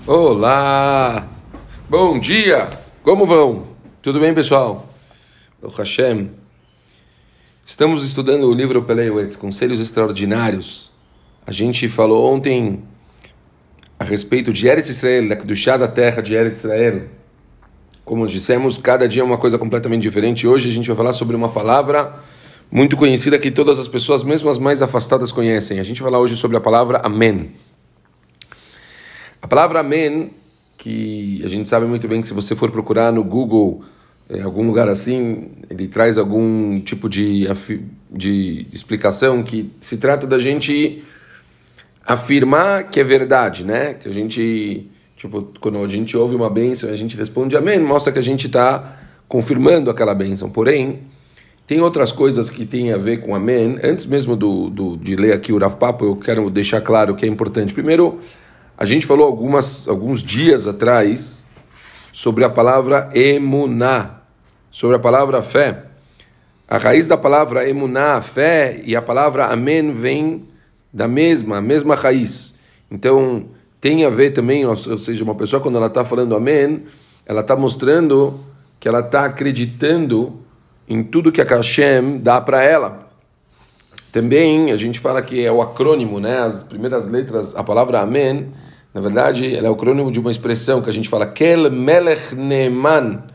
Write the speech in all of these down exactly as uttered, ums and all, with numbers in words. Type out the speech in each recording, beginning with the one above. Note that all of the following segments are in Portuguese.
Olá! Bom dia! Como vão? Tudo bem, pessoal? O Hashem. Estamos estudando o livro Peleuetz, Conselhos Extraordinários. A gente falou ontem a respeito de Eretz Israel, da Kedushá da terra de Eretz Israel. Como dissemos, cada dia é uma coisa completamente diferente. Hoje a gente vai falar sobre uma palavra muito conhecida que todas as pessoas, mesmo as mais afastadas, conhecem. A gente vai falar hoje sobre a palavra Amém. A palavra Amém, que a gente sabe muito bem que se você for procurar no Google, em algum lugar assim, ele traz algum tipo de, de explicação que se trata da gente afirmar que é verdade, né? Que a gente, tipo, quando a gente ouve uma bênção e a gente responde Amém, mostra que a gente está confirmando aquela bênção. Porém, tem outras coisas que têm a ver com Amém. Antes mesmo do, do, de ler aqui o Rav Papa, eu quero deixar claro que é importante. Primeiro, a gente falou algumas, alguns dias atrás sobre a palavra emuná, sobre a palavra fé. A raiz da palavra emuná, fé, e a palavra amém vem da mesma, mesma raiz. Então, tem a ver também, ou seja, uma pessoa quando ela está falando amém, ela está mostrando que ela está acreditando em tudo que a Hashem dá para ela. Também a gente fala que é o acrônimo, né? As primeiras letras, a palavra amém, na verdade, ela é o acrônimo de uma expressão que a gente fala Kel Melech Neeman,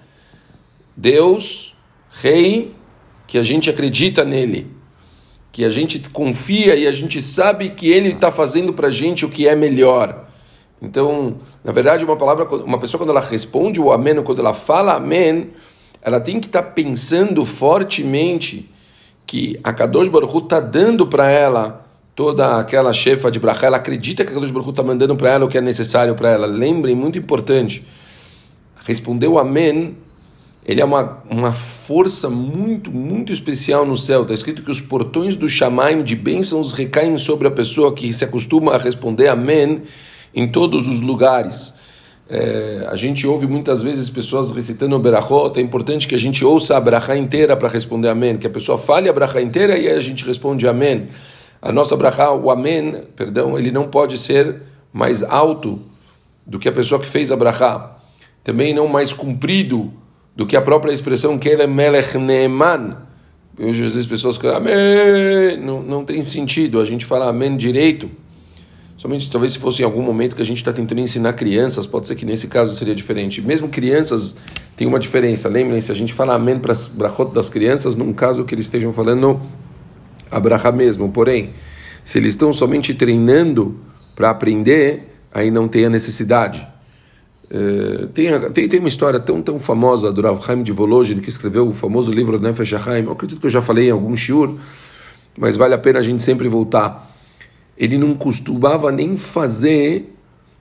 Deus, Rei, que a gente acredita nele, que a gente confia e a gente sabe que ele está fazendo para a gente o que é melhor. Então, na verdade, uma palavra, uma pessoa quando ela responde o amém, quando ela fala amém, ela tem que estar tá pensando fortemente que a Kadosh Baruch Hu está dando para ela toda aquela chefa de brachá, ela acredita que a Kadosh Baruch Hu está mandando para ela o que é necessário para ela. Lembrem, muito importante, responder o amém, ele é uma, uma força muito, muito especial no céu. Está escrito que os portões do Shamaim de bênçãos recaem sobre a pessoa que se acostuma a responder amém em todos os lugares. É, a gente ouve muitas vezes pessoas recitando o berachot. É importante que a gente ouça a brachá inteira para responder amém, que a pessoa fale a brachá inteira e aí a gente responde amém. A nossa brachá, o amém, perdão, ele não pode ser mais alto do que a pessoa que fez a brachá, também não mais comprido do que a própria expressão Kel Melech Neeman. Hoje às vezes as pessoas falam amém, não, não tem sentido a gente falar amém direito. Somente talvez se fosse em algum momento que a gente está tentando ensinar crianças, pode ser que nesse caso seria diferente. Mesmo crianças tem uma diferença. Lembrem-se, a gente fala amém para as brachot das crianças, num caso que eles estejam falando a brachá mesmo. Porém, se eles estão somente treinando para aprender, aí não tem a necessidade. Uh, tem, tem, tem uma história tão, tão famosa do Rav Chaim de Volozhin, que escreveu o famoso livro Nefesh HaChaim. Eu acredito que eu já falei em algum shiur, mas vale a pena a gente sempre voltar. Ele não costumava nem fazer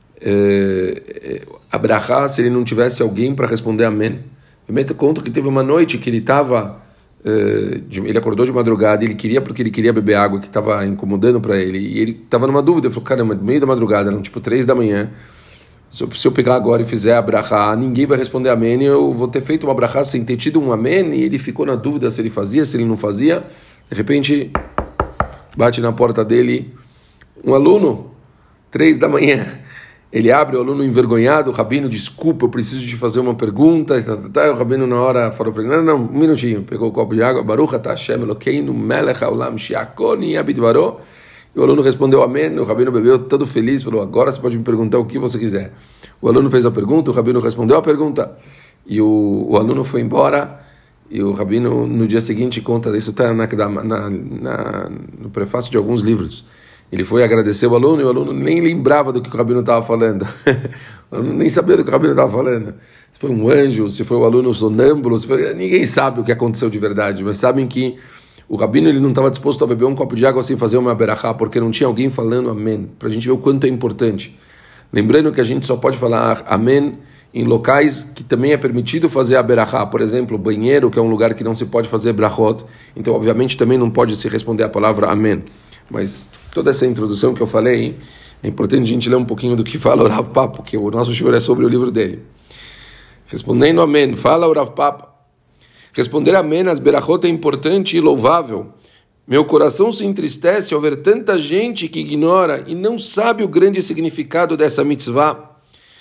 uh, a brachá se ele não tivesse alguém para responder amém. Eu me conto que teve uma noite que ele estava, uh, ele acordou de madrugada, ele queria, porque ele queria beber água, que estava incomodando para ele, e ele estava numa dúvida. Ele falou, caramba, no meio da madrugada, eram tipo três da manhã, se eu, se eu pegar agora e fizer a brachá, ninguém vai responder amém, eu vou ter feito uma brachá sem ter tido um amém, e ele ficou na dúvida se ele fazia, se ele não fazia. De repente, bate na porta dele um aluno, três da manhã. Ele abre, o aluno envergonhado, o rabino, desculpa, eu preciso te fazer uma pergunta. Tá, tá, tá. O rabino na hora falou para ele, não, não, um minutinho. Pegou o copo de água, Baruch atah Hashem Elokeinu melech haolam she'akol bidvaro. E o aluno respondeu amém, o rabino bebeu todo feliz, falou, agora você pode me perguntar o que você quiser. O aluno fez a pergunta, o rabino respondeu a pergunta, e o, o aluno foi embora, e o rabino no dia seguinte conta, isso está na, na, na, no prefácio de alguns livros. Ele foi agradecer o aluno e o aluno nem lembrava do que o rabino estava falando. O aluno nem sabia do que o rabino estava falando. Se foi um anjo, se foi o aluno sonâmbulo, se foi... ninguém sabe o que aconteceu de verdade, mas sabem que o rabino ele não estava disposto a beber um copo de água sem fazer uma berachá, porque não tinha alguém falando amém, para a gente ver o quanto é importante. Lembrando que a gente só pode falar amém em locais que também é permitido fazer a berachá, por exemplo, banheiro, que é um lugar que não se pode fazer brachot, então obviamente também não pode se responder a palavra amém. Mas toda essa introdução que eu falei, é importante a gente ler um pouquinho do que fala o Rav Papa, porque o nosso shiur é sobre o livro dele. Respondendo amém, fala o Rav Papa. Responder amém às berachot é importante e louvável. Meu coração se entristece ao ver tanta gente que ignora e não sabe o grande significado dessa mitzvah.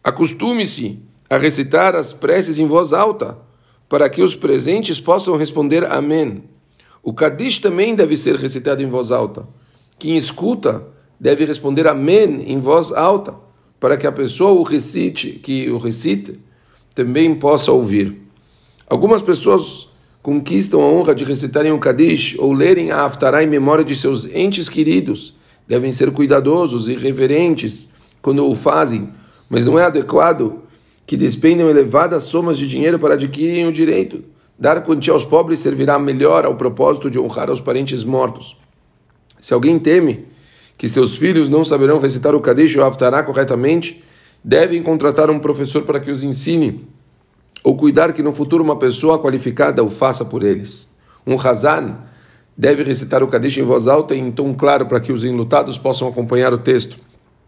Acostume-se a recitar as preces em voz alta, para que os presentes possam responder amém. O Kadish também deve ser recitado em voz alta. Quem escuta deve responder amém em voz alta, para que a pessoa o recite, que o recite também possa ouvir. Algumas pessoas conquistam a honra de recitarem o Kadish ou lerem a Haftarah em memória de seus entes queridos. Devem ser cuidadosos e reverentes quando o fazem, mas não é adequado que despendam elevadas somas de dinheiro para adquirirem o direito. Dar quantia aos pobres servirá melhor ao propósito de honrar aos parentes mortos. Se alguém teme que seus filhos não saberão recitar o Kadish ou a Haftarah corretamente, devem contratar um professor para que os ensine, ou cuidar que no futuro uma pessoa qualificada o faça por eles. Um Hazan deve recitar o Kadish em voz alta e em tom claro para que os enlutados possam acompanhar o texto.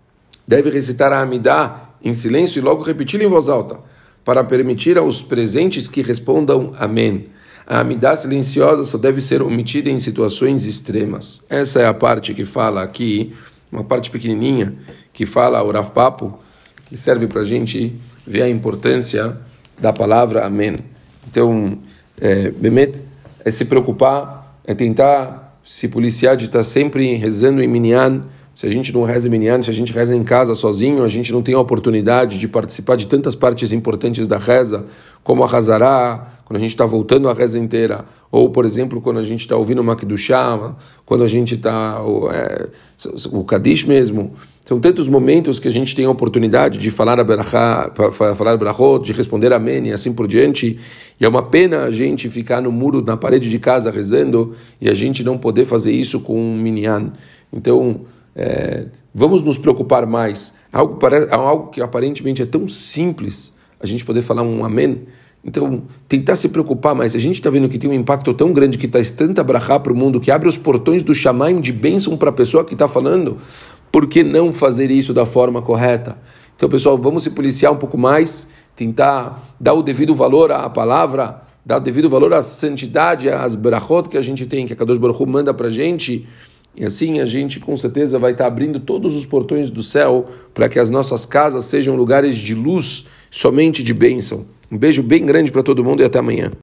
Deve recitar a Amidah em silêncio e logo repeti-la em voz alta, para permitir aos presentes que respondam amém. A Amidah silenciosa só deve ser omitida em situações extremas. Essa é a parte que fala aqui, uma parte pequenininha, que fala o Rav Papo, que serve para a gente ver a importância da palavra amém. Então, é, Bemet, é se preocupar, é tentar se policiar de estar sempre rezando em Minyan. Se a gente não reza em Minyan, se a gente reza em casa sozinho, a gente não tem a oportunidade de participar de tantas partes importantes da reza, como a Hazará, quando a gente está voltando a reza inteira, ou, por exemplo, quando a gente está ouvindo o Makdushá, quando a gente está, é, o Kadish mesmo. São tantos momentos que a gente tem a oportunidade de falar a Berachá, falar a Berachot, de responder amém e assim por diante. E é uma pena a gente ficar no muro, na parede de casa rezando, e a gente não poder fazer isso com um Minyan. Então, É, vamos nos preocupar mais. Algo, algo que aparentemente é tão simples, a gente poder falar um amém. Então, tentar se preocupar mais. A gente está vendo que tem um impacto tão grande, que traz tanta brachá para o mundo, que abre os portões do Shamaim de bênção para a pessoa que está falando. Por que não fazer isso da forma correta? Então, pessoal, vamos se policiar um pouco mais, tentar dar o devido valor à palavra, dar o devido valor à santidade, às brachot que a gente tem, que a Kadosh Baruch Hu manda para a gente. E assim a gente com certeza vai estar abrindo todos os portões do céu para que as nossas casas sejam lugares de luz, somente de bênção. Um beijo bem grande para todo mundo e até amanhã.